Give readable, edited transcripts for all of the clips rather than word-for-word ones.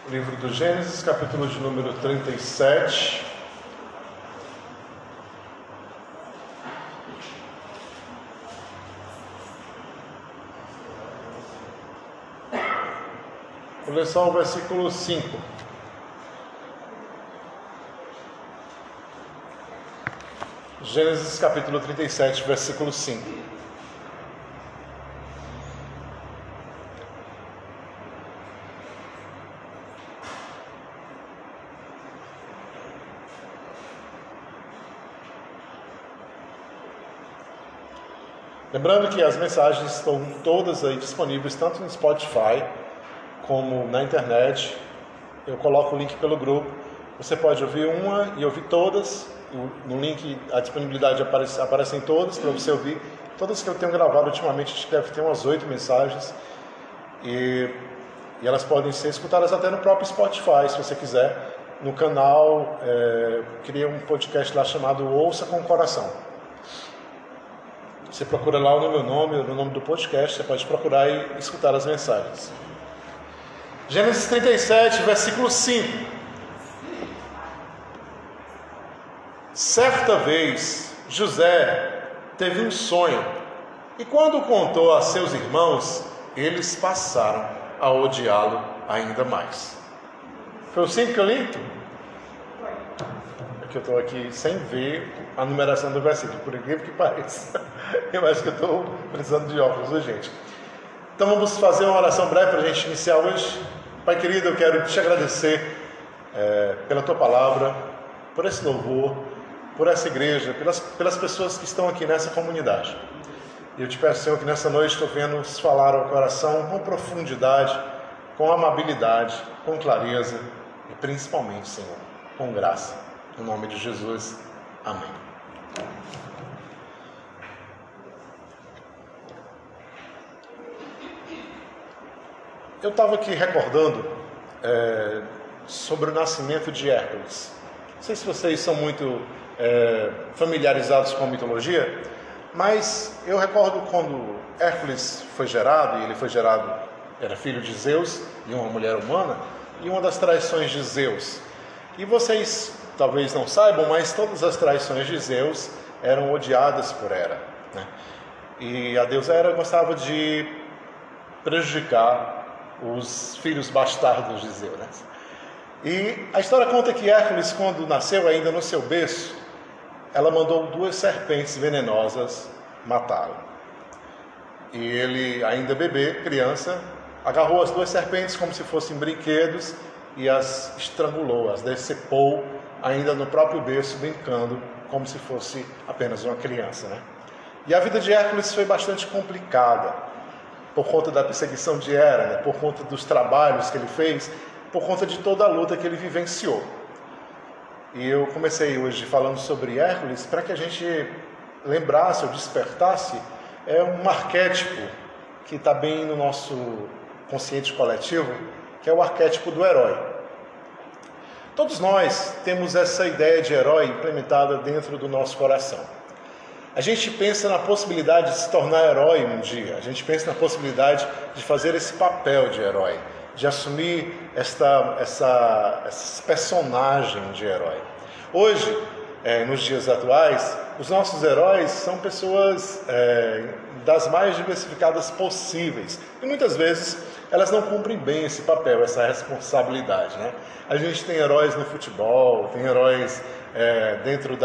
Livro do Gênesis, capítulo de número 37. Vou ler só o versículo 5. Gênesis capítulo 37, versículo 5. Lembrando que as mensagens estão todas aí disponíveis, tanto no Spotify como na internet. Eu coloco o link pelo grupo. Você pode ouvir uma e ouvir todas. No link a disponibilidade aparecem todas para você ouvir. Todas que eu tenho gravado ultimamente, acho que deve ter umas 8 mensagens. E elas podem ser escutadas até no próprio Spotify, se você quiser. No canal, criei um podcast lá chamado Ouça com o Coração. Você procura lá no meu nome, no nome do podcast, você pode procurar e escutar as mensagens. Gênesis 37, versículo 5. Certa vez, José teve um sonho, e quando contou a seus irmãos, eles passaram a odiá-lo ainda mais. Foi o 5 que eu li? É que eu estou aqui sem ver a numeração do versículo, por incrível que pareça. Eu acho que eu estou precisando de óculos, gente. Então vamos fazer uma oração breve para a gente iniciar hoje. Pai querido, eu quero te agradecer pela tua palavra, por esse louvor, por essa igreja, pelas pessoas que estão aqui nessa comunidade. E eu te peço, Senhor, que nessa noite tu venha nos falar ao coração com profundidade, com amabilidade, com clareza e principalmente, Senhor, com graça. Em nome de Jesus. Amém. Eu estava aqui recordando sobre o nascimento de Hércules. Não sei se vocês são muito familiarizados com a mitologia, mas eu recordo quando Hércules foi gerado, e ele foi gerado, era filho de Zeus e uma mulher humana, e uma das traições de Zeus. E vocês talvez não saibam, mas todas as traições de Zeus eram odiadas por Hera, né? E a deusa Hera gostava de prejudicar os filhos bastardos de Zeus, né? E a história conta que Hércules, quando nasceu ainda no seu berço, ela mandou 2 serpentes venenosas matá-lo. E ele, ainda bebê, criança, agarrou as 2 serpentes como se fossem brinquedos e as estrangulou, as decepou ainda no próprio berço, brincando como se fosse apenas uma criança, né? E a vida de Hércules foi bastante complicada, por conta da perseguição de Hera, né? Por conta dos trabalhos que ele fez, por conta de toda a luta que ele vivenciou. E eu comecei hoje falando sobre Hércules para que a gente lembrasse ou despertasse um arquétipo que está bem no nosso consciente coletivo, que é o arquétipo do herói. Todos nós temos essa ideia de herói implementada dentro do nosso coração. A gente pensa na possibilidade de se tornar herói um dia. A gente pensa na possibilidade de fazer esse papel de herói, de assumir essa personagem de herói. Hoje, nos dias atuais, os nossos heróis são pessoas das mais diversificadas possíveis. E muitas vezes elas não cumprem bem esse papel, essa responsabilidade, né? A gente tem heróis no futebol, tem heróis dentro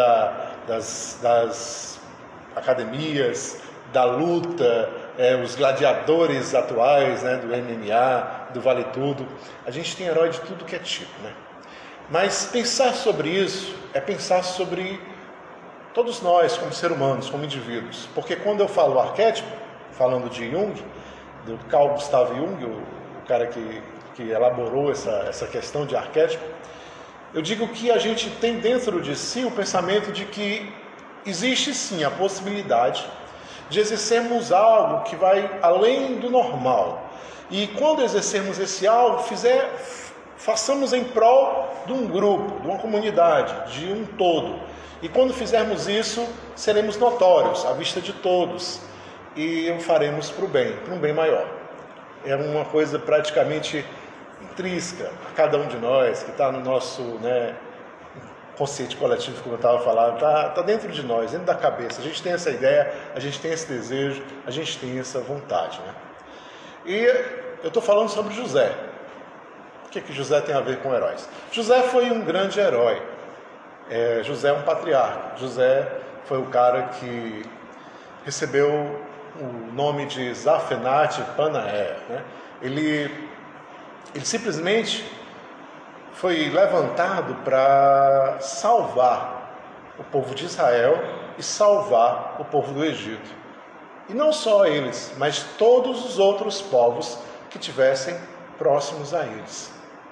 das academias, da luta, os gladiadores atuais, né, do MMA, do Vale Tudo. A gente tem herói de tudo que é tipo, né? Mas pensar sobre isso é pensar sobre todos nós como seres humanos, como indivíduos. Porque quando eu falo arquétipo, falando de Jung, do Carl Gustav Jung, o cara que elaborou essa questão de arquétipo, eu digo que a gente tem dentro de si o pensamento de que existe sim a possibilidade de exercermos algo que vai além do normal. E quando exercermos esse algo, façamos em prol de um grupo, de uma comunidade, de um todo. E quando fizermos isso, seremos notórios à vista de todos e o faremos para um bem maior. É uma coisa praticamente intrínseca a cada um de nós, que está no nosso consciente coletivo, como eu estava falando, está dentro de nós, dentro da cabeça. A gente tem essa ideia, a gente tem esse desejo, a gente tem essa vontade. E eu estou falando sobre José. O que José tem a ver com heróis? José foi um grande herói. José é um patriarca. José foi o cara que recebeu o nome de Zafenat Panaher. Ele simplesmente foi levantado para salvar o povo de Israel e salvar o povo do Egito. E não só eles, mas todos os outros povos que tivessem próximos a eles.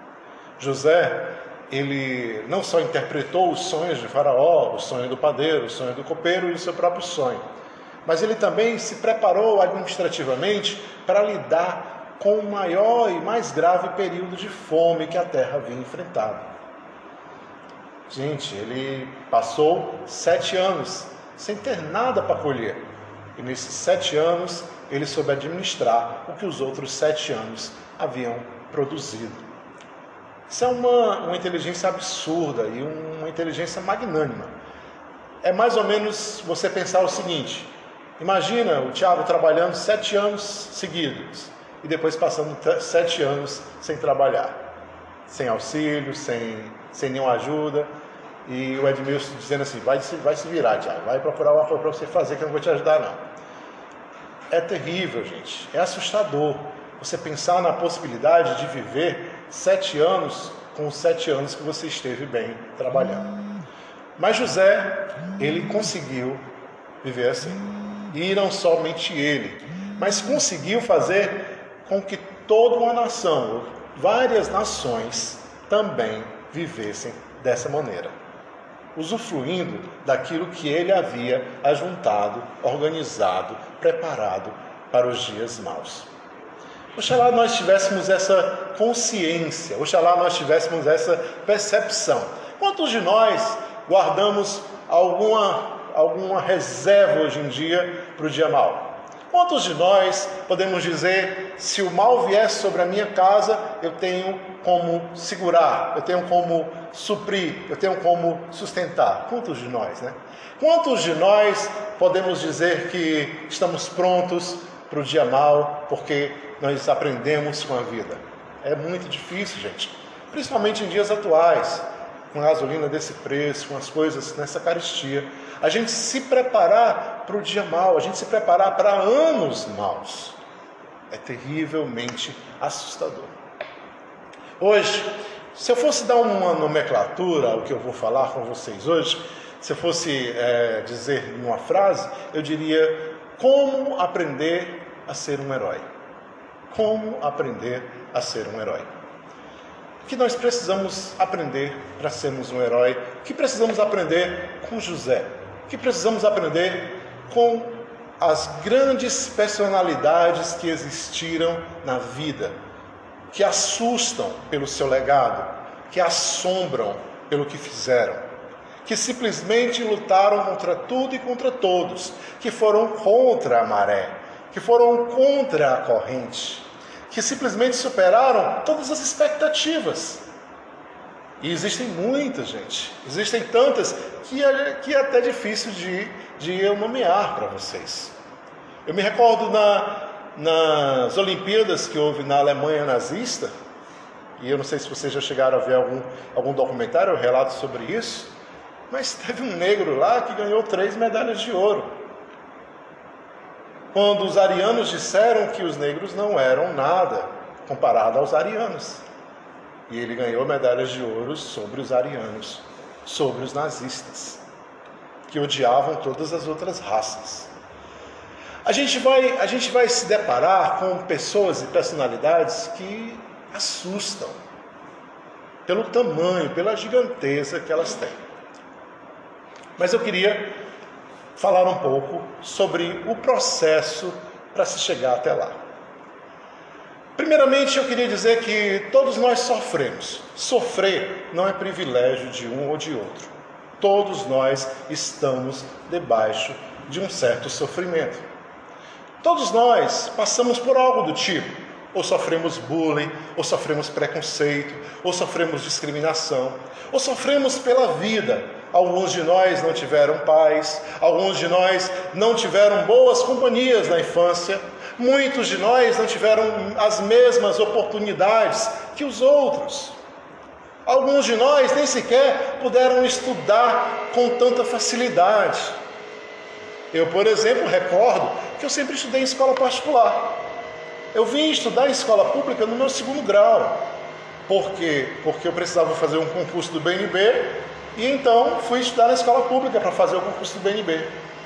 José, ele não só interpretou os sonhos de Faraó, o sonho do padeiro, o sonho do copeiro e o seu próprio sonho, mas ele também se preparou administrativamente para lidar com o maior e mais grave período de fome que a terra havia enfrentado. Gente, ele passou 7 anos sem ter nada para colher. E nesses 7 anos, ele soube administrar o que os outros 7 anos haviam produzido. Isso é uma inteligência absurda e uma inteligência magnânima. É mais ou menos você pensar o seguinte: imagina o Tiago trabalhando 7 anos seguidos e depois passando 7 anos sem trabalhar, sem auxílio, sem nenhuma ajuda, e o Edmilson dizendo assim: vai se virar, Tiago, vai procurar uma coisa para você fazer que eu não vou te ajudar não. É terrível, gente, é assustador você pensar na possibilidade de viver 7 anos com os 7 anos que você esteve bem trabalhando. Mas José, ele conseguiu viver assim. E não somente ele, mas conseguiu fazer com que toda uma nação, várias nações, também vivessem dessa maneira, usufruindo daquilo que ele havia ajuntado, organizado, preparado para os dias maus. Oxalá nós tivéssemos essa consciência, oxalá nós tivéssemos essa percepção. Quantos de nós guardamos alguma reserva hoje em dia para o dia mau? Quantos de nós podemos dizer: se o mal vier sobre a minha casa, eu tenho como segurar, eu tenho como suprir, eu tenho como sustentar? Quantos de nós, Quantos de nós podemos dizer que estamos prontos para o dia mau, porque nós aprendemos com a vida? É muito difícil, gente, principalmente em dias atuais, com a gasolina desse preço, com as coisas nessa carestia, a gente se preparar para o dia mau, a gente se preparar para anos maus. É terrivelmente assustador. Hoje, se eu fosse dar uma nomenclatura ao que eu vou falar com vocês hoje, se eu fosse dizer numa frase, eu diria: como aprender a ser um herói. Como aprender a ser um herói. O que nós precisamos aprender para sermos um herói? O que precisamos aprender com José? O que precisamos aprender com as grandes personalidades que existiram na vida, que assustam pelo seu legado, que assombram pelo que fizeram, que simplesmente lutaram contra tudo e contra todos, que foram contra a maré, que foram contra a corrente, que simplesmente superaram todas as expectativas. E existem muitas, gente. Existem tantas que é até difícil de eu nomear para vocês. Eu me recordo nas Olimpíadas que houve na Alemanha nazista, e eu não sei se vocês já chegaram a ver algum documentário ou relato sobre isso, mas teve um negro lá que ganhou 3 medalhas de ouro. Quando os arianos disseram que os negros não eram nada comparado aos arianos. E ele ganhou medalhas de ouro sobre os arianos, sobre os nazistas, que odiavam todas as outras raças. A gente vai se deparar com pessoas e personalidades que assustam pelo tamanho, pela giganteza que elas têm. Mas eu queria falar um pouco sobre o processo para se chegar até lá. Primeiramente, eu queria dizer que todos nós sofremos. Sofrer não é privilégio de um ou de outro. Todos nós estamos debaixo de um certo sofrimento. Todos nós passamos por algo do tipo. ou sofremos bullying, ou sofremos preconceito, ou sofremos discriminação, ou sofremos pela vida. Alguns de nós não tiveram pais, alguns de nós não tiveram boas companhias na infância, muitos de nós não tiveram as mesmas oportunidades que os outros. Alguns de nós nem sequer puderam estudar com tanta facilidade. Eu, por exemplo, recordo que eu sempre estudei em escola particular. Eu vim estudar em escola pública no meu 2º grau. Por quê? Porque eu precisava fazer um concurso do BNB e então fui estudar na escola pública para fazer o concurso do BNB.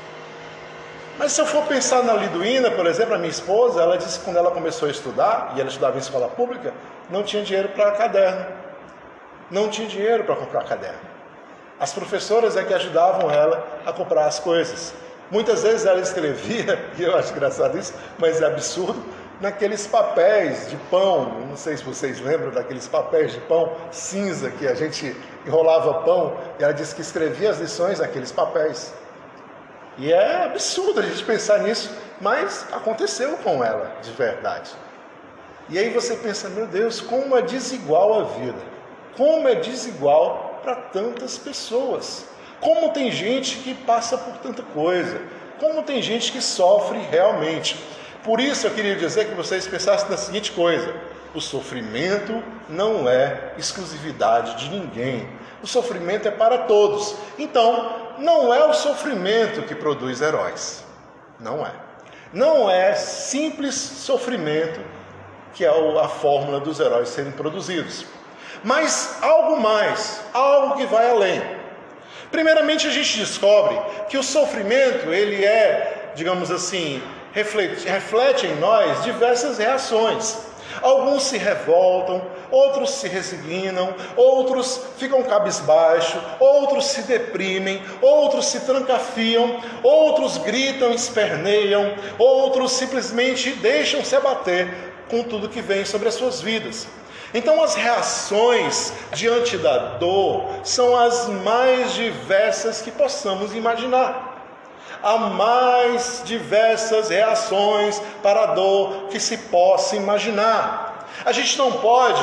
Mas se eu for pensar na Liduína, por exemplo, a minha esposa, ela disse que quando ela começou a estudar, e ela estudava em escola pública, não tinha dinheiro para caderno. Não tinha dinheiro para comprar caderno. As professoras é que ajudavam ela a comprar as coisas. Muitas vezes ela escrevia, e eu acho engraçado isso, mas é absurdo, naqueles papéis de pão, não sei se vocês lembram daqueles papéis de pão cinza que a gente enrolava pão, e ela disse que escrevia as lições naqueles papéis. E é absurdo a gente pensar nisso, mas aconteceu com ela, de verdade. E aí você pensa, meu Deus, como é desigual a vida. Como é desigual para tantas pessoas. Como tem gente que passa por tanta coisa. Como tem gente que sofre realmente. Por isso eu queria dizer que vocês pensassem na seguinte coisa: o sofrimento não é exclusividade de ninguém. O sofrimento é para todos. Então, não é o sofrimento que produz heróis. Não é. Não é simples sofrimento que é a fórmula dos heróis serem produzidos. Mas algo mais, algo que vai além. Primeiramente, a gente descobre que o sofrimento, ele é, digamos assim, reflete em nós diversas reações. Alguns se revoltam, outros se resignam, outros ficam cabisbaixo, outros se deprimem, outros se trancafiam, outros gritam, esperneiam, outros simplesmente deixam se abater com tudo que vem sobre as suas vidas. Então as reações diante da dor são as mais diversas que possamos imaginar. Há mais diversas reações para a dor que se possa imaginar. A gente não pode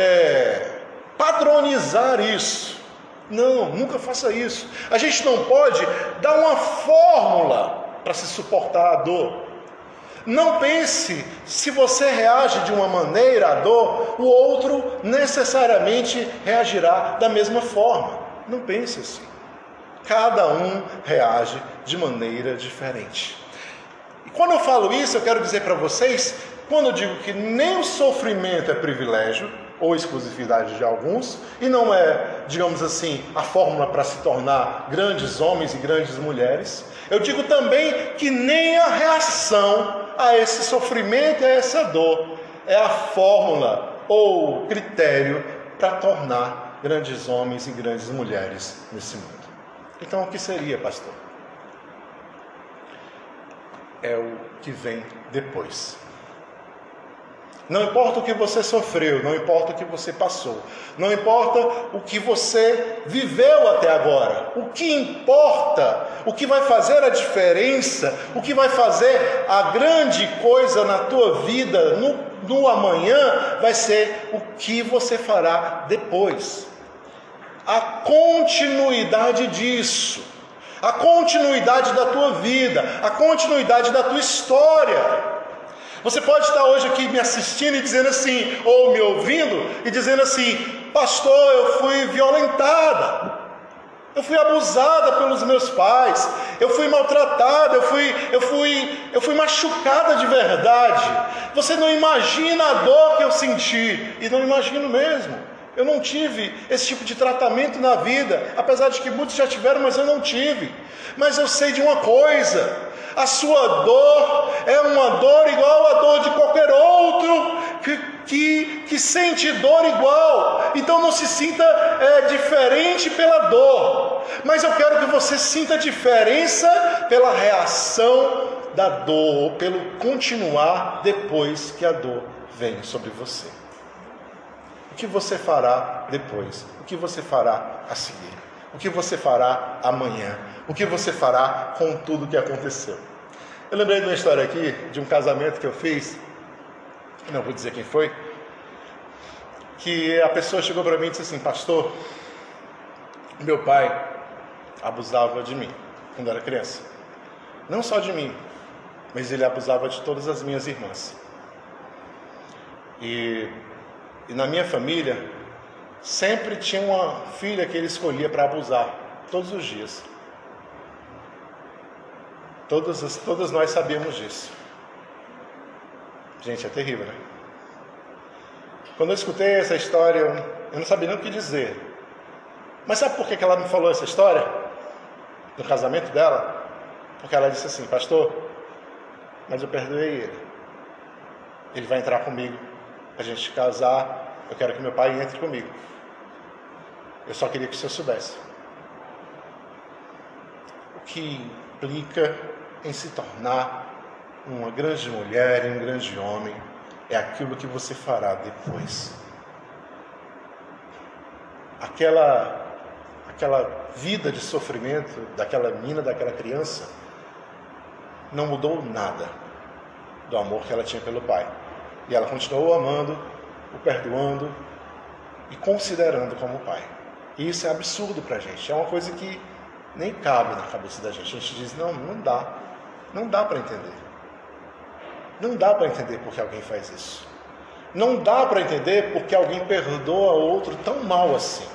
padronizar isso. Não, nunca faça isso. A gente não pode dar uma fórmula para se suportar a dor. Não pense, se você reage de uma maneira à dor, o outro necessariamente reagirá da mesma forma. Não pense assim. Cada um reage de maneira diferente. E quando eu falo isso, eu quero dizer para vocês, quando eu digo que nem o sofrimento é privilégio ou exclusividade de alguns, e não é, digamos assim, a fórmula para se tornar grandes homens e grandes mulheres, eu digo também que nem a reação a esse sofrimento e a essa dor é a fórmula ou critério para tornar grandes homens e grandes mulheres nesse mundo. Então, o que seria, pastor? É o que vem depois. Não importa o que você sofreu, não importa o que você passou, não importa o que você viveu até agora. O que importa, o que vai fazer a diferença, o que vai fazer a grande coisa na tua vida, no amanhã, vai ser o que você fará depois. A continuidade disso, a continuidade da tua vida, a continuidade da tua história. Você pode estar hoje aqui me assistindo e dizendo assim, ou me ouvindo e dizendo assim, pastor, eu fui violentada, eu fui abusada pelos meus pais, eu fui maltratada, eu fui machucada de verdade. Você não imagina a dor que eu senti, e não imagino mesmo. Eu não tive esse tipo de tratamento na vida, apesar de que muitos já tiveram, mas eu não tive. Mas eu sei de uma coisa, a sua dor é uma dor igual a dor de qualquer outro que sente dor igual. Então não se sinta diferente pela dor, mas eu quero que você sinta a diferença pela reação da dor, pelo continuar depois que a dor vem sobre você. O que você fará depois? O que você fará a seguir? O que você fará amanhã? O que você fará com tudo que aconteceu? Eu lembrei de uma história aqui, de um casamento que eu fiz, não vou dizer quem foi, que a pessoa chegou para mim e disse assim: pastor, meu pai abusava de mim quando era criança. Não só de mim, mas ele abusava de todas as minhas irmãs. E na minha família, sempre tinha uma filha que ele escolhia para abusar, todos os dias. Todas nós sabíamos disso. Gente, é terrível, né? Quando eu escutei essa história, eu não sabia nem o que dizer. Mas sabe por que ela me falou essa história? No casamento dela? Porque ela disse assim: pastor, mas eu perdoei ele. Ele vai entrar comigo. A gente casar, eu quero que meu pai entre comigo. Eu só queria que o senhor soubesse. O que implica em se tornar uma grande mulher e um grande homem é aquilo que você fará depois. Aquela vida de sofrimento daquela menina, daquela criança, não mudou nada do amor que ela tinha pelo pai. E ela continuou amando, o perdoando e considerando como pai. E isso é absurdo pra gente. É uma coisa que nem cabe na cabeça da gente. A gente diz: não dá. Não dá para entender. Não dá para entender porque alguém faz isso. Não dá para entender porque alguém perdoa outro tão mal assim.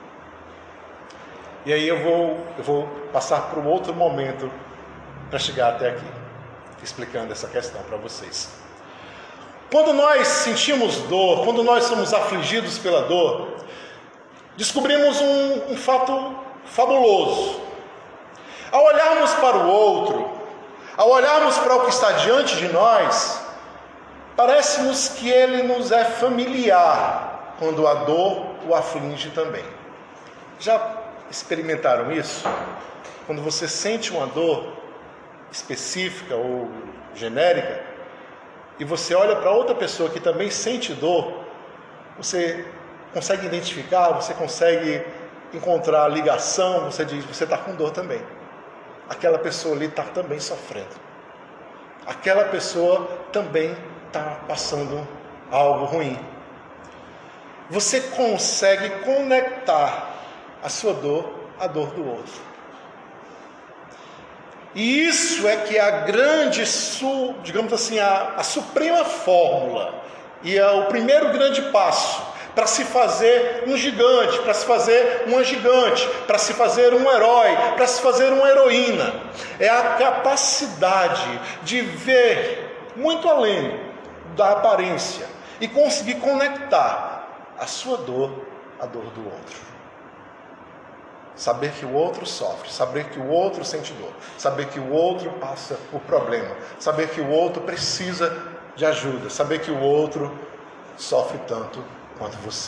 E aí eu vou passar para um outro momento para chegar até aqui, explicando essa questão para vocês. Quando nós sentimos dor, quando nós somos afligidos pela dor, descobrimos um fato fabuloso. Ao olharmos para o outro, ao olharmos para o que está diante de nós, parece-nos que ele nos é familiar quando a dor o aflige também. Já experimentaram isso? Quando você sente uma dor específica ou genérica, e você olha para outra pessoa que também sente dor, você consegue identificar, você consegue encontrar ligação, você diz: você está com dor também. Aquela pessoa ali está também sofrendo. Aquela pessoa também está passando algo ruim. Você consegue conectar a sua dor à dor do outro. E isso é que é a grande, digamos assim, a suprema fórmula e é o primeiro grande passo para se fazer um gigante, para se fazer uma gigante, para se fazer um herói, para se fazer uma heroína. É a capacidade de ver muito além da aparência e conseguir conectar a sua dor à dor do outro. Saber que o outro sofre, saber que o outro sente dor, saber que o outro passa por problema, saber que o outro precisa de ajuda, saber que o outro sofre tanto quanto você.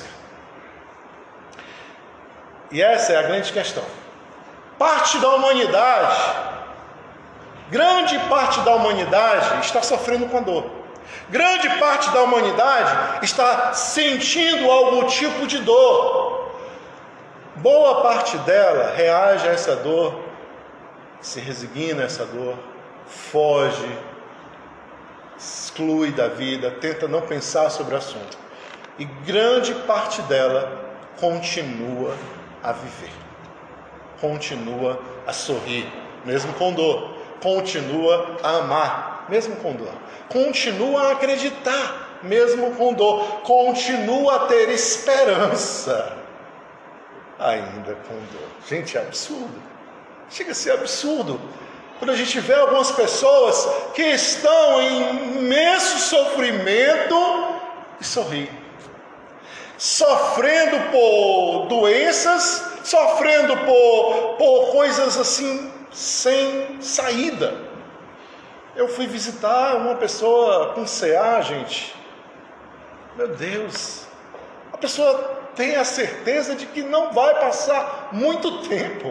E essa é a grande questão. Parte da humanidade, grande parte da humanidade está sofrendo com a dor. Grande parte da humanidade está sentindo algum tipo de dor. Boa parte dela reage a essa dor, se resigna a essa dor, foge, exclui da vida, tenta não pensar sobre o assunto. E grande parte dela continua a viver, continua a sorrir, mesmo com dor, continua a amar, mesmo com dor, continua a acreditar, mesmo com dor, continua a ter esperança, ainda com dor. Gente, é absurdo. Chega a ser absurdo quando a gente vê algumas pessoas que estão em imenso sofrimento e sorri, sofrendo por doenças, sofrendo por coisas assim sem saída. Eu fui visitar uma pessoa com CA, gente. Meu Deus, a pessoa tem a certeza de que não vai passar muito tempo,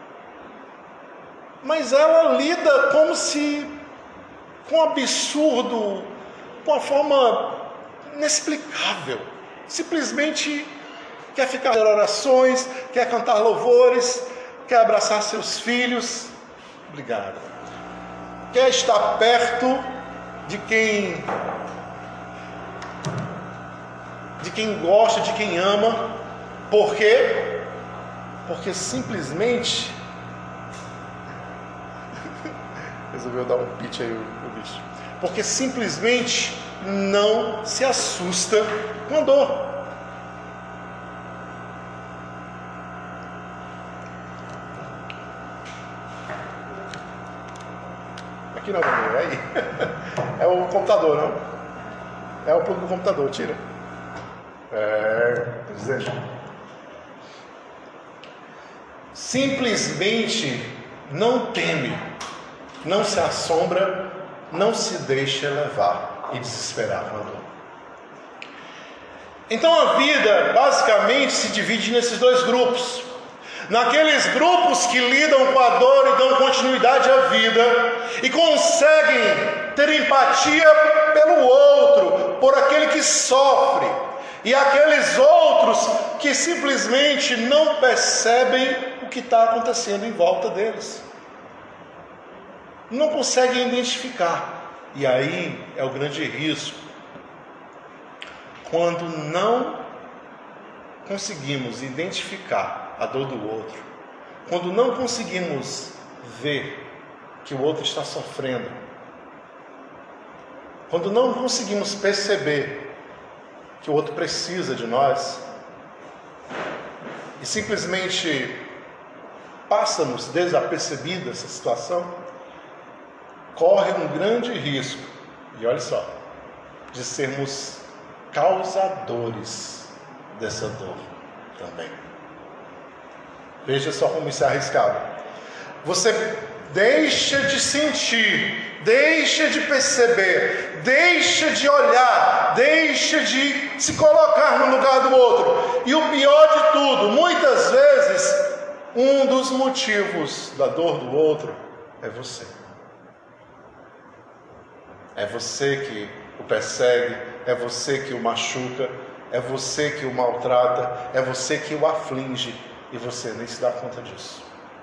mas ela lida como se, com um absurdo, com uma forma inexplicável, simplesmente quer ficar em orações, quer cantar louvores, quer abraçar seus filhos, obrigado, quer estar perto de quem de quem gosta, de quem ama. Por quê? Porque simplesmente resolveu dar um pitch aí o bicho. Porque simplesmente não se assusta com a dor. Aqui não, é aí. É o computador, não? É o plug do computador, tira. Tô dizendo. Simplesmente não teme, não se assombra, não se deixa levar e desesperar com a dor. Então a vida basicamente se divide nesses dois grupos. Naqueles grupos que lidam com a dor e dão continuidade à vida e conseguem ter empatia pelo outro, por aquele que sofre, e aqueles outros que simplesmente não percebem o que está acontecendo em volta deles, não conseguem identificar. E aí é o grande risco, quando não conseguimos identificar a dor do outro, quando não conseguimos ver que o outro está sofrendo, quando não conseguimos perceber que o outro precisa de nós, e simplesmente passa-nos desapercebida essa situação, corre um grande risco, e olha só, de sermos causadores dessa dor também. Veja só como isso é arriscado. Você deixa de sentir, deixa de perceber, deixa de olhar, deixa de se colocar no lugar do outro. E o pior de tudo, muitas vezes, um dos motivos da dor do outro é você. É você que o persegue, é você que o machuca, é você que o maltrata, é você que o aflige, e você nem se dá conta disso.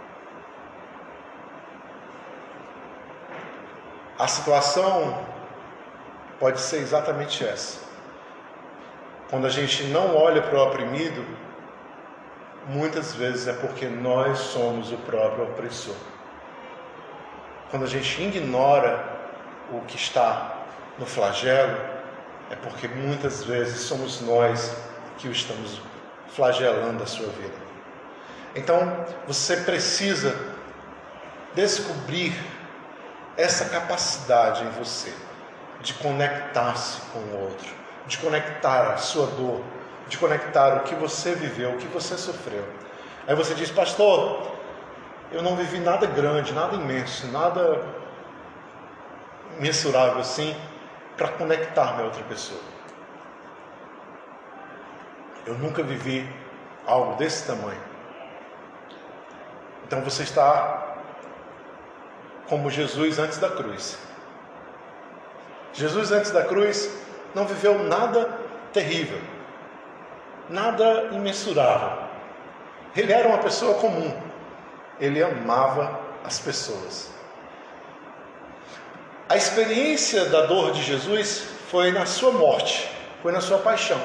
A situação pode ser exatamente essa. Quando a gente não olha para o oprimido, muitas vezes é porque nós somos o próprio opressor. Quando a gente ignora o que está no flagelo, é porque muitas vezes somos nós que o estamos flagelando a sua vida. Então, você precisa descobrir essa capacidade em você de conectar-se com o outro, de conectar a sua dor, de conectar o que você viveu, o que você sofreu. Aí você diz: pastor, eu não vivi nada grande, nada imenso, nada mensurável assim para conectar-me a outra pessoa. Eu nunca vivi algo desse tamanho. Então você está como Jesus antes da cruz. Jesus antes da cruz não viveu nada terrível, nada imensurável. Ele era uma pessoa comum. Ele amava as pessoas. A experiência da dor de Jesus foi na sua morte, foi na sua paixão.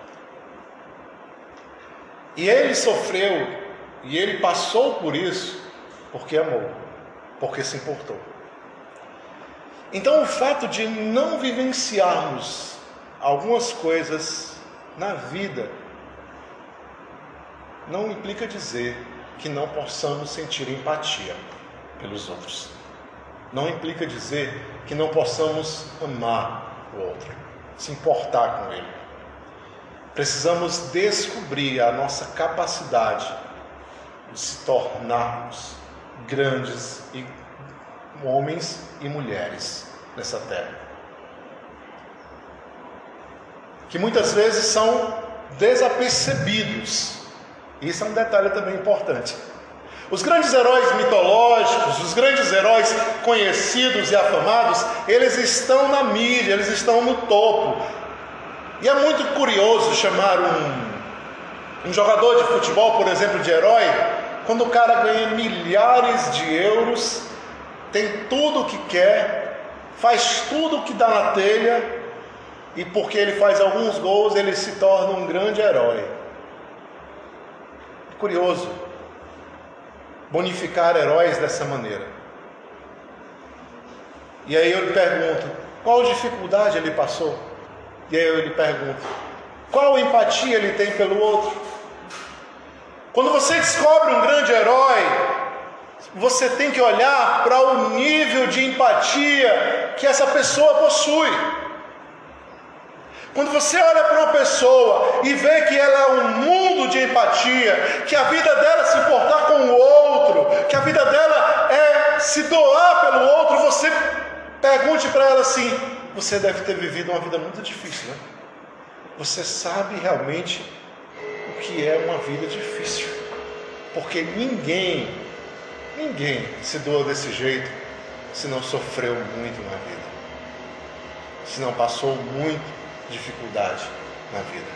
E ele sofreu, e ele passou por isso porque amou, porque se importou. Então o fato de não vivenciarmos algumas coisas na vida não implica dizer que não possamos sentir empatia pelos outros. Não implica dizer que não possamos amar o outro, se importar com ele. Precisamos descobrir a nossa capacidade de se tornarmos grandes homens e mulheres nessa terra, que muitas vezes são desapercebidos. Isso é um detalhe também importante. Os grandes heróis mitológicos, os grandes heróis conhecidos e afamados, eles estão na mídia, eles estão no topo. E é muito curioso chamar um jogador de futebol, por exemplo, de herói, quando o cara ganha milhares de euros, tem tudo o que quer, faz tudo o que dá na telha, e porque ele faz alguns gols, ele se torna um grande herói. Curioso, bonificar heróis dessa maneira. E aí eu lhe pergunto, qual dificuldade ele passou? E aí eu lhe pergunto, qual empatia ele tem pelo outro? Quando você descobre um grande herói, você tem que olhar para o nível de empatia que essa pessoa possui. Quando você olha para uma pessoa e vê que ela é um mundo de empatia, que a vida dela é se importar com o outro, que a vida dela é se doar pelo outro, você pergunte para ela assim, você deve ter vivido uma vida muito difícil, né? Você sabe realmente o que é uma vida difícil, porque ninguém se doa desse jeito se não sofreu muito na vida, se não passou muita dificuldade na vida.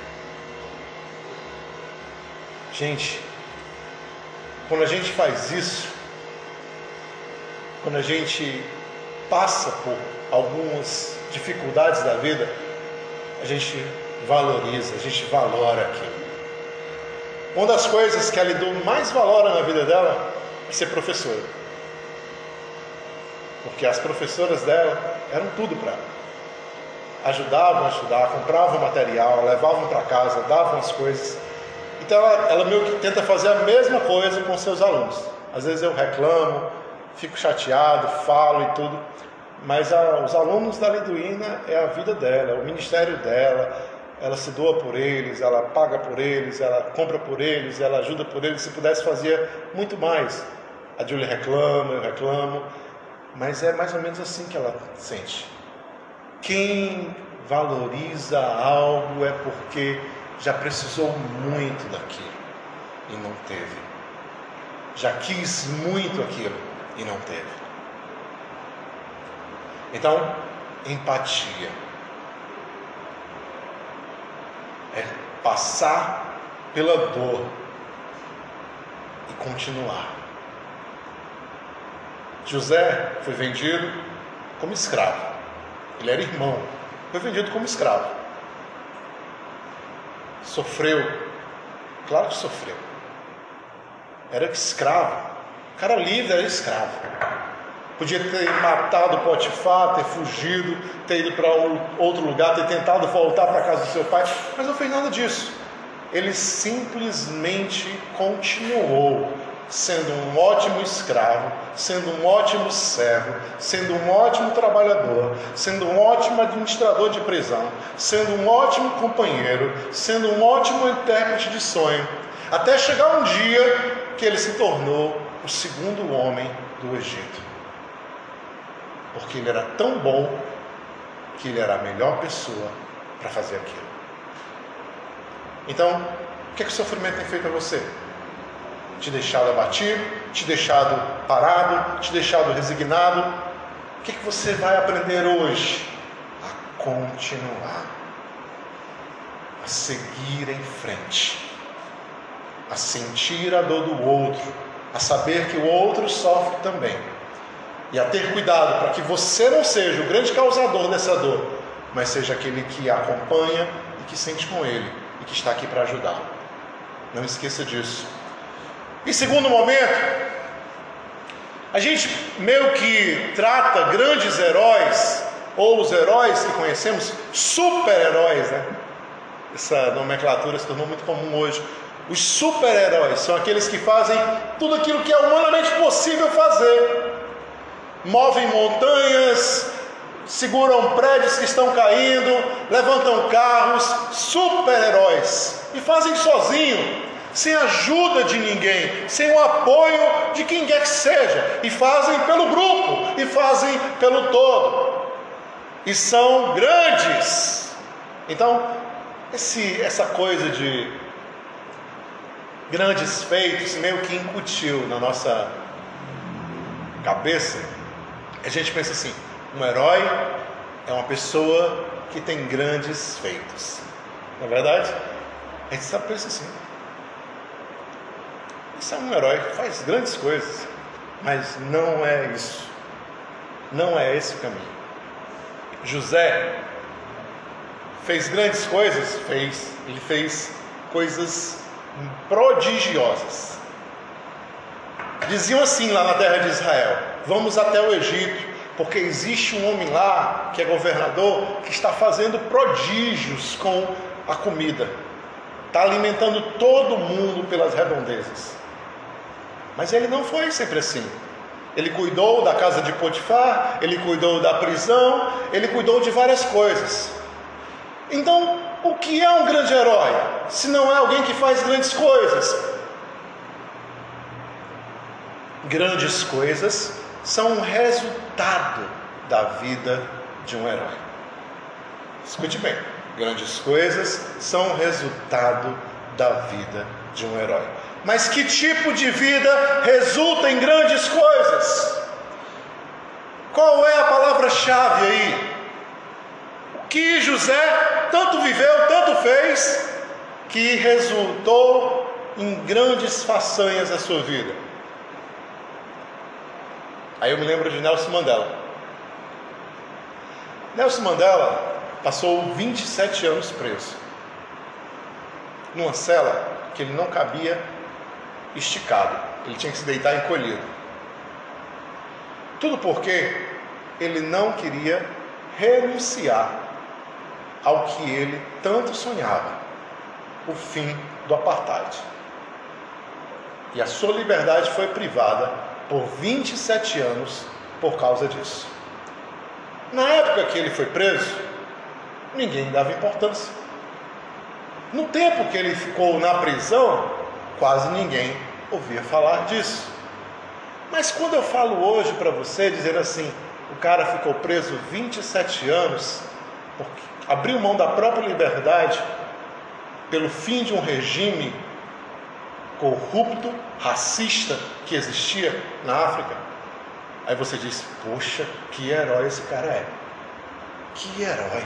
Gente, quando a gente faz isso, quando a gente passa por algumas dificuldades da vida, a gente valoriza, a gente valora aquilo. Uma das coisas que a Lidu mais valora na vida dela é ser professora, porque as professoras dela eram tudo para ela. Ajudavam a estudar, compravam material, levavam para casa, davam as coisas. Então ela meio que tenta fazer a mesma coisa com seus alunos. Às vezes eu reclamo, fico chateado, falo e tudo, mas os alunos da Liduína é a vida dela, é o ministério dela. Ela se doa por eles, ela paga por eles, ela compra por eles, ela ajuda por eles. Se pudesse, fazia muito mais. A Júlia reclama, eu reclamo, mas é mais ou menos assim que ela sente. Quem valoriza algo é porque já precisou muito daquilo e não teve. Já quis muito aquilo e não teve. Então, empatia é passar pela dor e continuar. José foi vendido como escravo. Ele era irmão, foi vendido como escravo. Sofreu, claro que sofreu. Era escravo, o cara livre era escravo. Podia ter matado Potifar, ter fugido, ter ido para outro lugar, ter tentado voltar para a casa do seu pai, mas não fez nada disso. Ele simplesmente continuou sendo um ótimo escravo, sendo um ótimo servo, sendo um ótimo trabalhador, sendo um ótimo administrador de prisão, sendo um ótimo companheiro, sendo um ótimo intérprete de sonho, até chegar um dia que ele se tornou o segundo homem do Egito. Porque ele era tão bom que ele era a melhor pessoa para fazer aquilo. Então, o que o sofrimento tem feito a você? Te deixado abatido, te deixado parado, te deixado resignado. O que você vai aprender hoje? A continuar, a seguir em frente, a sentir a dor do outro, a saber que o outro sofre também, e a ter cuidado para que você não seja o grande causador dessa dor, mas seja aquele que a acompanha e que sente com ele e que está aqui para ajudá-lo. Não esqueça disso. Em segundo momento, a gente meio que trata grandes heróis, ou os heróis que conhecemos, super-heróis, né? Essa nomenclatura se tornou muito comum hoje. Os super-heróis são aqueles que fazem tudo aquilo que é humanamente possível fazer. Movem montanhas, seguram prédios que estão caindo, levantam carros, super-heróis. E fazem sozinho, sem ajuda de ninguém, sem o apoio de quem quer que seja, e fazem pelo grupo, e fazem pelo todo, e são grandes. Então, essa coisa de grandes feitos meio que incutiu na nossa cabeça. A gente pensa assim, um herói é uma pessoa que tem grandes feitos. Não é verdade? A gente só pensa assim, isso é um herói que faz grandes coisas, mas não é isso. Não é esse o caminho. José Fez grandes coisas? Fez. Ele fez coisas prodigiosas. Diziam assim lá na terra de Israel: vamos até o Egito, porque existe um homem lá, que é governador, que está fazendo prodígios com a comida. Está alimentando todo mundo pelas redondezas. Mas ele não foi sempre assim. Ele cuidou da casa de Potifar, ele cuidou da prisão, ele cuidou de várias coisas. Então, o que é um grande herói, se não é alguém que faz grandes coisas? Grandes coisas são um resultado da vida de um herói. Escute bem, grandes coisas são resultado da vida de um herói. Mas que tipo de vida resulta em grandes coisas? Qual é a palavra-chave aí? O que José tanto viveu, tanto fez, que resultou em grandes façanhas na sua vida? Aí eu me lembro de Nelson Mandela. Nelson Mandela passou 27 anos preso, numa cela que ele não cabia esticado, ele tinha que se deitar encolhido. Tudo porque ele não queria renunciar ao que ele tanto sonhava, o fim do apartheid. E a sua liberdade foi privada por 27 anos por causa disso. Na época que ele foi preso, ninguém dava importância. No tempo que ele ficou na prisão, quase ninguém ouvia falar disso. Mas quando eu falo hoje para você, dizendo assim, o cara ficou preso 27 anos, porque abriu mão da própria liberdade pelo fim de um regime corrupto, racista que existia na África. Aí você diz, poxa, que herói esse cara é. Que herói.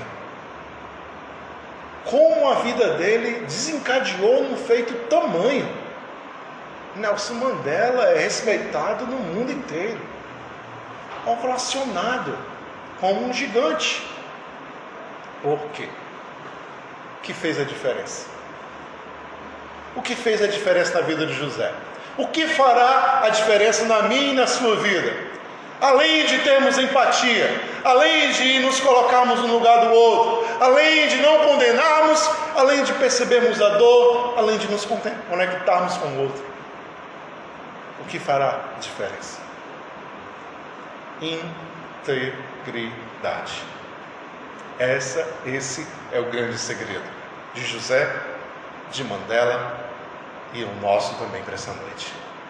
Como a vida dele desencadeou num feito tamanho. Nelson Mandela é respeitado no mundo inteiro, ovacionado como um gigante. Por quê? O que fez a diferença? O que fez a diferença na vida de José? O que fará a diferença na minha e na sua vida? Além de termos empatia, além de nos colocarmos no lugar do outro, além de não condenarmos, além de percebermos a dor, além de nos conectarmos com o outro. O que fará a diferença? Integridade. Esse é o grande segredo de José, de Mandela e o nosso também para essa noite.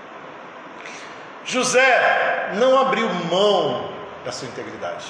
José não abriu mão da sua integridade.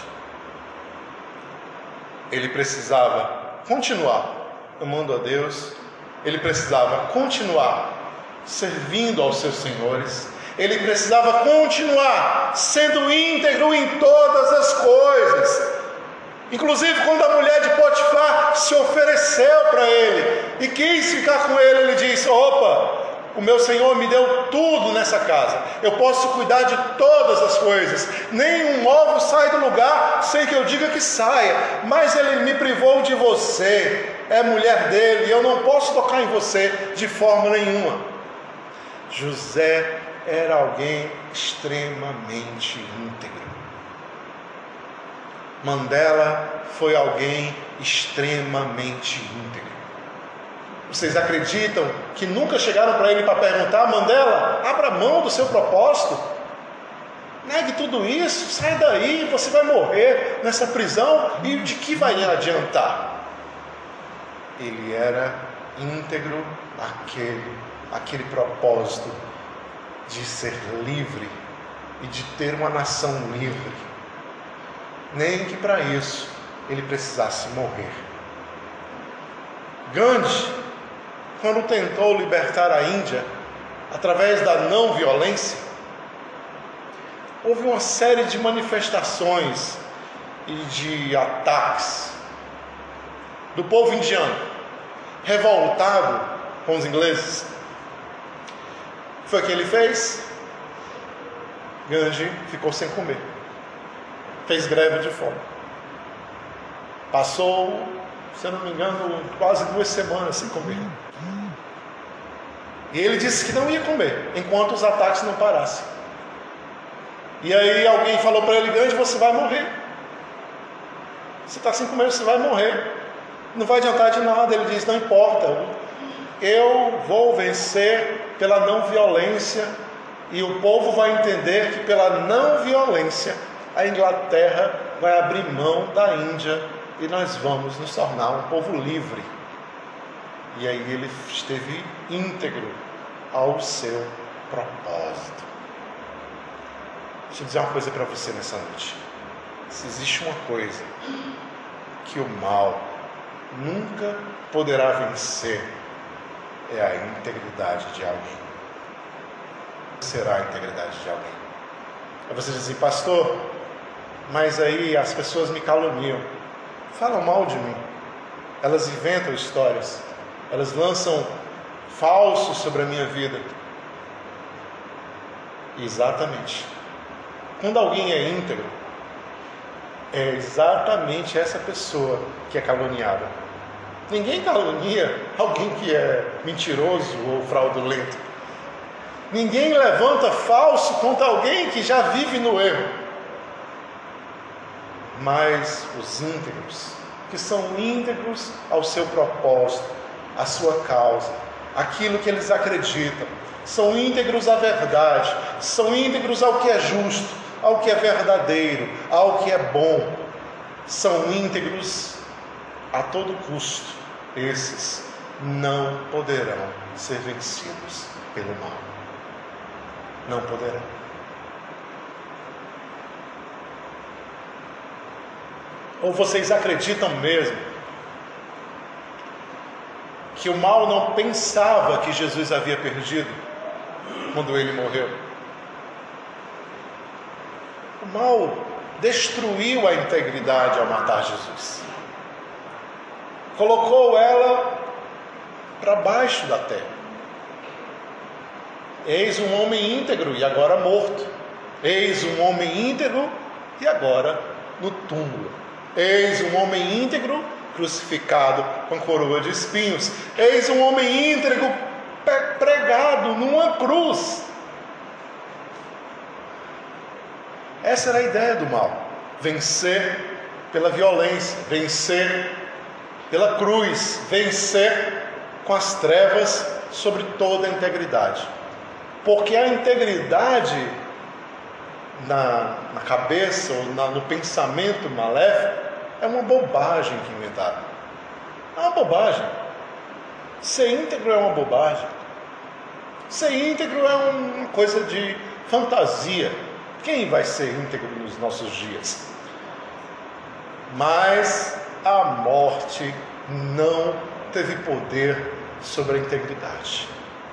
Ele precisava continuar amando a Deus, ele precisava continuar servindo aos seus senhores, ele precisava continuar sendo íntegro em todas as coisas. Inclusive quando a mulher de Potifar se ofereceu para ele e quis ficar com ele, ele disse, opa, o meu Senhor me deu tudo nessa casa, eu posso cuidar de todas as coisas, nenhum ovo sai do lugar sem que eu diga que saia, mas ele me privou de você, é mulher dele, e eu não posso tocar em você de forma nenhuma. José era alguém extremamente íntegro. Mandela foi alguém extremamente íntegro. Vocês acreditam que nunca chegaram para ele para perguntar, Mandela, abra mão do seu propósito, negue tudo isso, sai daí, você vai morrer nessa prisão, e de que vai adiantar? Ele era íntegro aquele propósito de ser livre e de ter uma nação livre, nem que para isso ele precisasse morrer. Gandhi, quando tentou libertar a Índia através da não violência, houve uma série de manifestações e de ataques do povo indiano, revoltado com os ingleses. Foi o que ele fez? Gandhi ficou sem comer, fez greve de fome, passou se eu não me engano, quase 2 semanas sem comer. E ele disse que não ia comer, enquanto os ataques não parassem. E aí alguém falou para ele, Gandhi, você vai morrer. Você está sem comer, você vai morrer. Não vai adiantar de nada. Ele diz, não importa, eu vou vencer pela não violência, e o povo vai entender que pela não violência a Inglaterra vai abrir mão da Índia e nós vamos nos tornar um povo livre. E aí ele esteve íntegro ao seu propósito. Deixa eu dizer uma coisa para você nessa noite. Se existe uma coisa que o mal nunca poderá vencer, é a integridade de alguém. Será a integridade de alguém. Aí você diz assim, pastor, mas aí as pessoas me caluniam, falam mal de mim, elas inventam histórias, elas lançam falsos sobre a minha vida. Exatamente. Quando alguém é íntegro, é exatamente essa pessoa que é caluniada. Ninguém calunia alguém que é mentiroso ou fraudulento. Ninguém levanta falso contra alguém que já vive no erro. Mas os íntegros, que são íntegros ao seu propósito, à sua causa, aquilo que eles acreditam, são íntegros à verdade, são íntegros ao que é justo, ao que é verdadeiro, ao que é bom, são íntegros a todo custo. Esses não poderão ser vencidos pelo mal. Não poderão. Ou vocês acreditam mesmo que o mal não pensava que Jesus havia perdido quando ele morreu? O mal destruiu a integridade ao matar Jesus. Colocou ela para baixo da terra. Eis um homem íntegro e agora morto. Eis um homem íntegro e agora no túmulo. Eis um homem íntegro crucificado com coroa de espinhos. Eis um homem íntegro pregado numa cruz. Essa era a ideia do mal. Vencer pela violência, vencer pela cruz, vencer com as trevas sobre toda a integridade. Porque a integridade na cabeça ou no pensamento maléfico é uma bobagem que inventaram. É uma bobagem. Ser íntegro é uma bobagem. Ser íntegro é uma coisa de fantasia. Quem vai ser íntegro nos nossos dias? Mas a morte não teve poder sobre a integridade.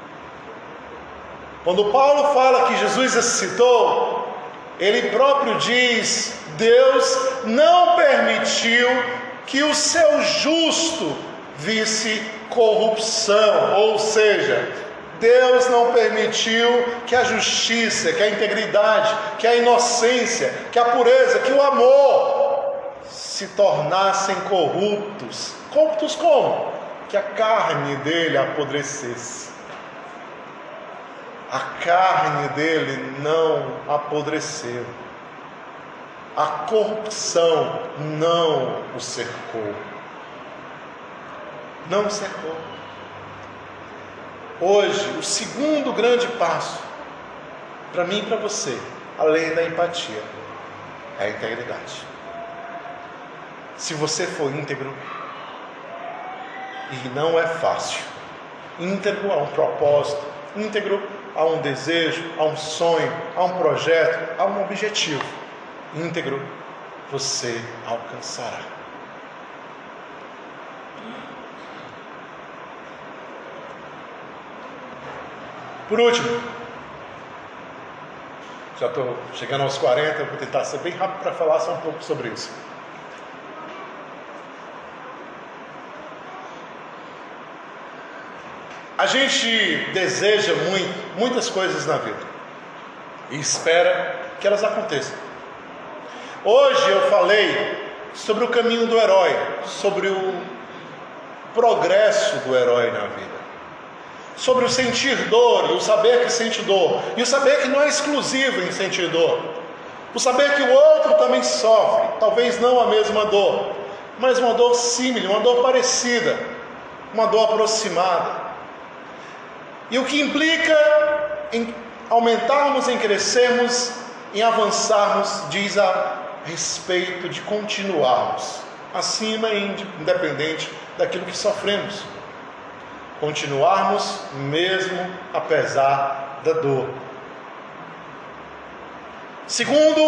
Quando Paulo fala que Jesus ressuscitou, ele próprio diz: Deus não permitiu que o seu justo visse corrupção, ou seja, Deus não permitiu que a justiça, que a integridade, que a inocência, que a pureza, que o amor se tornassem corruptos. Corruptos como? Que a carne dele apodrecesse. A carne dele não apodreceu. A corrupção não o cercou. Não o cercou. Hoje, o segundo grande passo, para mim e para você, além da empatia, é a integridade. Se você for íntegro, e não é fácil, íntegro a um propósito, íntegro a um desejo, a um sonho, a um projeto, a um objetivo, íntegro, você alcançará. Por último, já estou chegando aos 40, vou tentar ser bem rápido para falar só um pouco sobre isso. A gente deseja muitas coisas na vida e espera que elas aconteçam. Hoje eu falei sobre o caminho do herói, sobre progresso do herói na vida, sobre o sentir dor e o saber que sente dor, e o saber que não é exclusivo em sentir dor, o saber que o outro também sofre, talvez não a mesma dor, mas uma dor símile, uma dor parecida, uma dor aproximada, e o que implica em aumentarmos, em crescermos, em avançarmos, diz a respeito de continuarmos acima e independente daquilo que sofremos, continuarmos mesmo apesar da dor. Segundo,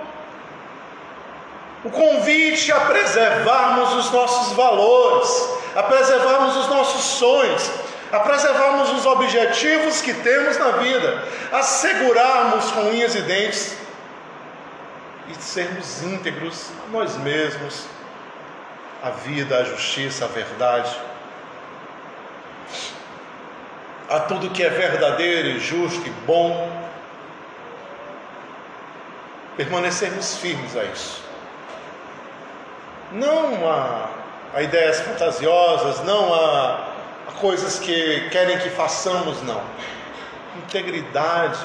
o convite a preservarmos os nossos valores, a preservarmos os nossos sonhos, a preservarmos os objetivos que temos na vida, a segurarmos com unhas e dentes e sermos íntegros a nós mesmos, a vida, a justiça, a verdade, a tudo que é verdadeiro e justo e bom, permanecermos firmes a isso. Não a ideias fantasiosas, não a coisas que querem que façamos, não. Integridade,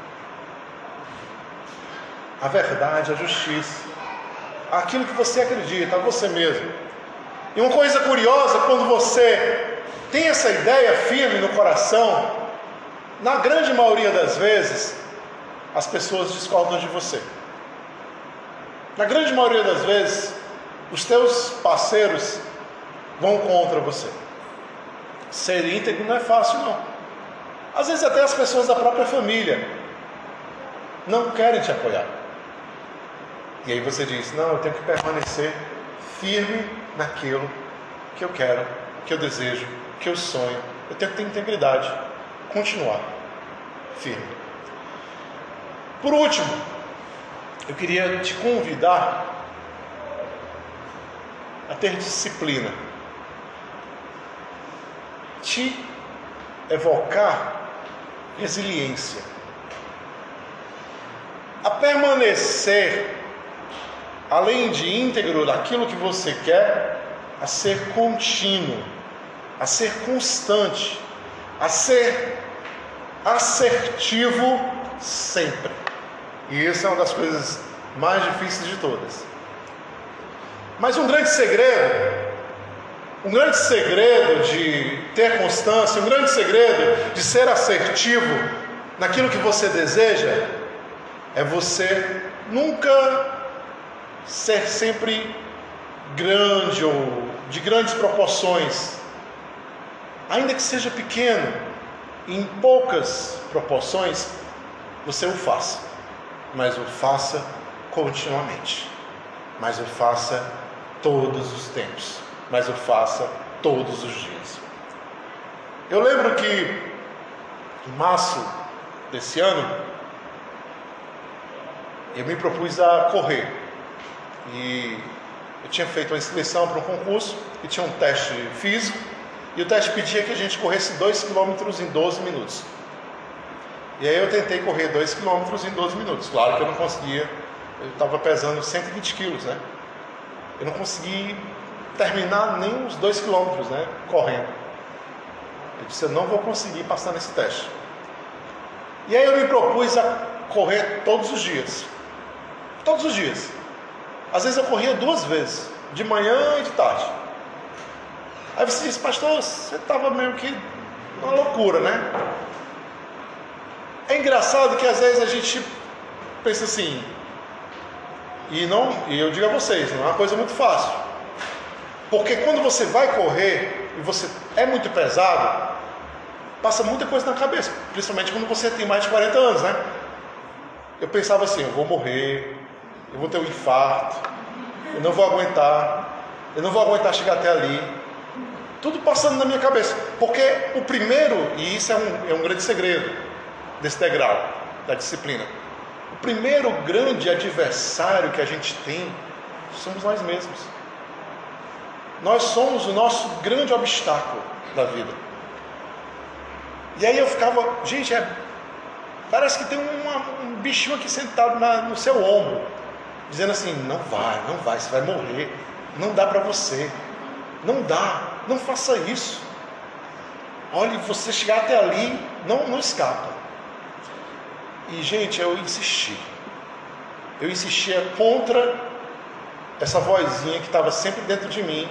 a verdade, a justiça, aquilo que você acredita, a você mesmo. E uma coisa curiosa, quando você tem essa ideia firme no coração, na grande maioria das vezes, as pessoas discordam de você. Na grande maioria das vezes, os teus parceiros vão contra você. Ser íntegro não é fácil, não. Às vezes até as pessoas da própria família não querem te apoiar. E aí você diz, não, eu tenho que permanecer firme naquilo que eu quero, que eu desejo, que eu sonho. Eu tenho que ter integridade. Continuar firme. Por último, eu queria te convidar a ter disciplina. Te evocar resiliência, a permanecer, além de íntegro daquilo que você quer, a ser contínuo, a ser constante, a ser assertivo sempre. E isso é uma das coisas mais difíceis de todas. Mas um grande segredo de ter constância, um grande segredo de ser assertivo naquilo que você deseja, é você nunca ser sempre grande ou de grandes proporções, ainda que seja pequeno, em poucas proporções, você o faça, mas o faça continuamente, mas o faça todos os tempos, mas o faça todos os dias. Eu lembro que em março desse ano eu me propus a correr, e eu tinha feito uma inscrição para um concurso e tinha um teste físico, e o teste pedia que a gente corresse 2 km em 12 minutos. E aí eu tentei correr 2 km em 12 minutos. Claro que eu não conseguia, eu estava pesando 120 quilos, né? Eu não consegui terminar nem os 2 km, né, correndo. Eu disse, eu não vou conseguir passar nesse teste. E aí eu me propus a correr todos os dias. Todos os dias. Às vezes eu corria 2 vezes, de manhã e de tarde. Aí você disse, pastor, você estava meio que uma loucura, né? É engraçado que às vezes a gente pensa assim, e eu digo a vocês, não é uma coisa muito fácil. Porque quando você vai correr e você é muito pesado, passa muita coisa na cabeça, principalmente quando você tem mais de 40 anos, né? Eu pensava assim, eu vou morrer, eu vou ter um infarto, eu não vou aguentar chegar até ali. Tudo passando na minha cabeça. Porque o primeiro, e isso é um grande segredo desse degrau, da disciplina. O primeiro grande adversário que a gente tem somos nós mesmos. Nós somos o nosso grande obstáculo da vida. E aí eu ficava, gente, parece que tem um bichinho aqui sentado no seu ombro, dizendo assim, não vai, você vai morrer, não dá para você, não dá. Não faça isso. Olha, você chegar até ali, não escapa. E, gente, eu insisti. Eu insistia contra essa vozinha que estava sempre dentro de mim.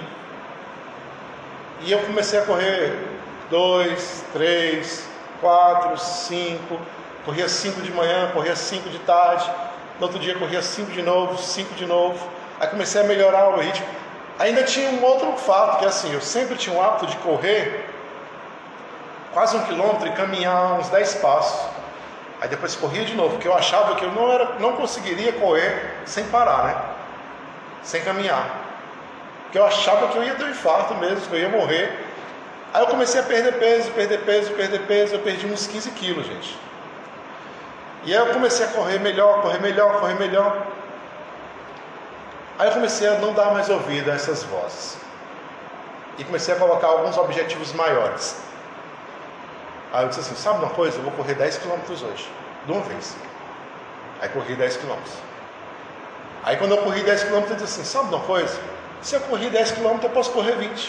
E eu comecei a correr 2, 3, 4, 5. Corria 5 de manhã, corria 5 de tarde. No outro dia corria 5 de novo, 5 de novo. Aí comecei a melhorar o ritmo. Ainda tinha um outro fato, que é assim, eu sempre tinha o hábito de correr quase 1 quilômetro e caminhar uns 10 passos. Aí depois corria de novo, porque eu achava que eu não conseguiria correr sem parar, né? Sem caminhar. Porque eu achava que eu ia ter um infarto mesmo, que eu ia morrer. Aí eu comecei a perder peso. Eu perdi uns 15 quilos, gente. E aí eu comecei a correr melhor. Aí eu comecei a não dar mais ouvido a essas vozes. E comecei a colocar alguns objetivos maiores. Aí eu disse assim, sabe uma coisa? Eu vou correr 10 quilômetros hoje, de uma vez. Aí corri 10 quilômetros. Aí quando eu corri 10 quilômetros, eu disse assim, sabe uma coisa? Se eu correr 10 quilômetros, eu posso correr 20.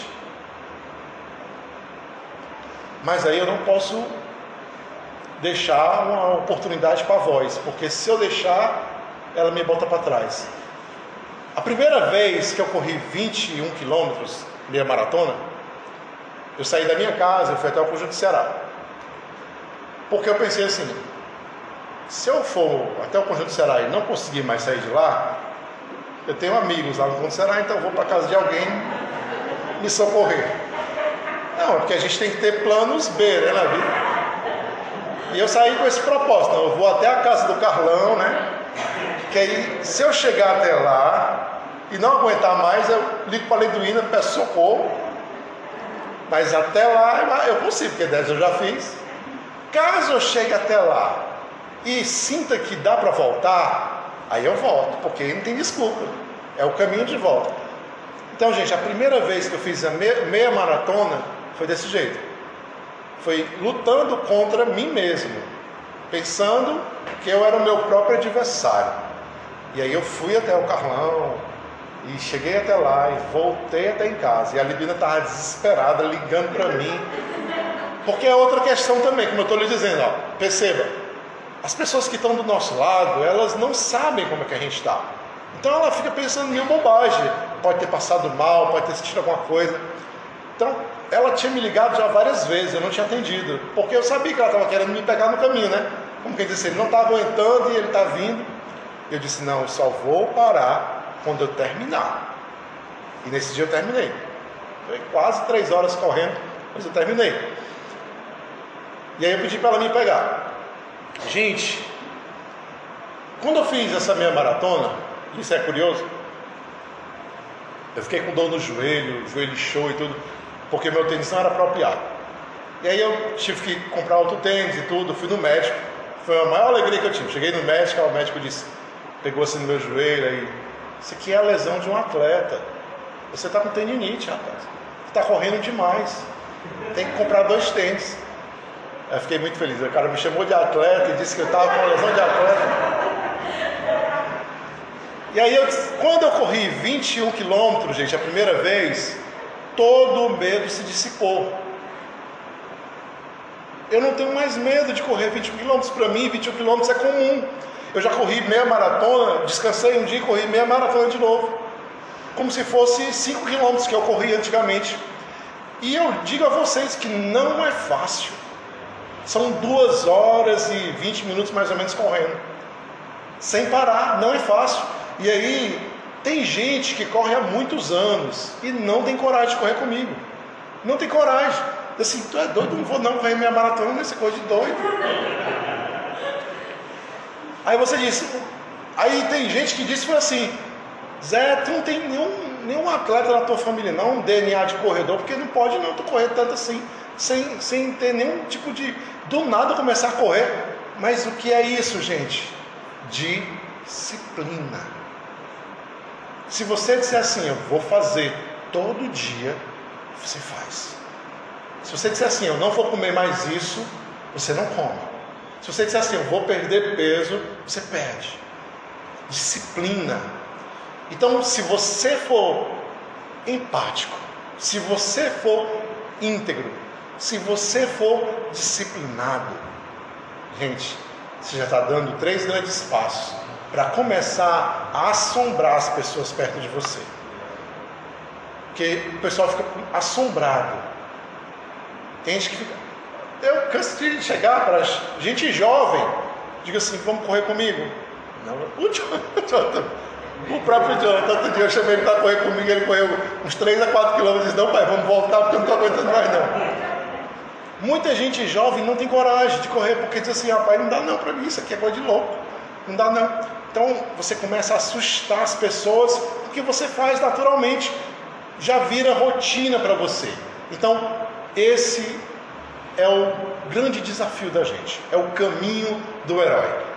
Mas aí eu não posso deixar uma oportunidade para a voz, porque se eu deixar, ela me bota para trás. A primeira vez que eu corri 21 quilômetros, meia maratona, eu saí da minha casa, eu fui até o Conjunto Ceará. Porque eu pensei assim, se eu for até o Conjunto Ceará e não conseguir mais sair de lá, eu tenho amigos lá no Conjunto Ceará, então eu vou para casa de alguém me socorrer. Não, é porque a gente tem que ter planos B, né, na vida. E eu saí com esse propósito, não, eu vou até a casa do Carlão, né, que aí, se eu chegar até lá e não aguentar mais, eu ligo para a Liduína, peço socorro, mas até lá eu consigo, porque 10 eu já fiz. Caso eu chegue até lá e sinta que dá para voltar, aí eu volto, porque não tem desculpa, é o caminho de volta. Então, gente, a primeira vez que eu fiz a meia maratona foi desse jeito. Foi lutando contra mim mesmo, pensando que eu era o meu próprio adversário. E aí eu fui até o Carlão e cheguei até lá e voltei até em casa. E a Libina estava desesperada, ligando para mim. Porque é outra questão também, como eu estou lhe dizendo, ó, perceba, as pessoas que estão do nosso lado, elas não sabem como é que a gente está. Então ela fica pensando em bobagem, pode ter passado mal, pode ter sentido alguma coisa. Então ela tinha me ligado já várias vezes, eu não tinha atendido, porque eu sabia que ela estava querendo me pegar no caminho, né? Como quem disse, ele não está aguentando e ele está vindo. Eu disse, não, eu só vou parar quando eu terminar. E nesse dia eu terminei. Foi quase 3 horas correndo, mas eu terminei. E aí eu pedi para ela me pegar. Gente, quando eu fiz essa meia maratona, isso é curioso, eu fiquei com dor no joelho inchou e tudo, porque meu tênis não era apropriado. E aí eu tive que comprar outro tênis e tudo, fui no médico, foi a maior alegria que eu tive. Cheguei no médico, o médico disse, pegou assim no meu joelho, aí, isso aqui é a lesão de um atleta, você está com tendinite, rapaz, você está correndo demais, tem que comprar 2 tênis. Eu fiquei muito feliz, o cara me chamou de atleta e disse que eu estava com lesão de atleta. E aí, quando eu corri 21 quilômetros, gente, a primeira vez, todo o medo se dissipou. Eu não tenho mais medo de correr 21 quilômetros. Para mim, 21 quilômetros é comum. Eu já corri meia maratona, descansei um dia e corri meia maratona de novo. Como se fosse 5 quilômetros que eu corri antigamente. E eu digo a vocês que não é fácil. São 2 horas e 20 minutos mais ou menos correndo. Sem parar, não é fácil. E aí, tem gente que corre há muitos anos e não tem coragem de correr comigo. Não tem coragem. Assim, tu é doido? Não vou não correr minha maratona nessa coisa de doido. Aí você disse... Aí tem gente que disse assim... Zé, tu não tem nenhum atleta na tua família não, um DNA de corredor, porque não pode não tu correr tanto assim, sem ter nenhum tipo de... Do nada começar a correr. Mas o que é isso, gente? Disciplina. Se você disser assim, eu vou fazer todo dia, você faz. Se você disser assim, eu não vou comer mais isso, você não come. Se você disser assim, eu vou perder peso, você perde. Disciplina. Então, se você for empático, Se você for íntegro, se você for disciplinado, gente, você já está dando 3 grandes passos para começar a assombrar as pessoas perto de você. Porque o pessoal fica assombrado. Tem gente que fica... Eu canso de chegar para gente jovem, diga assim, vamos correr comigo? Não, o próprio Jonathan, outro dia eu chamei ele para correr comigo, ele correu uns 3 a 4 quilômetros e disse, não pai, vamos voltar porque eu não estou aguentando mais não. Muita gente jovem não tem coragem de correr, porque diz assim, rapaz, não dá não para mim, isso aqui é coisa de louco, não dá não. Então você começa a assustar as pessoas, porque você faz naturalmente, já vira rotina para você. Então esse é o grande desafio da gente, é o caminho do herói.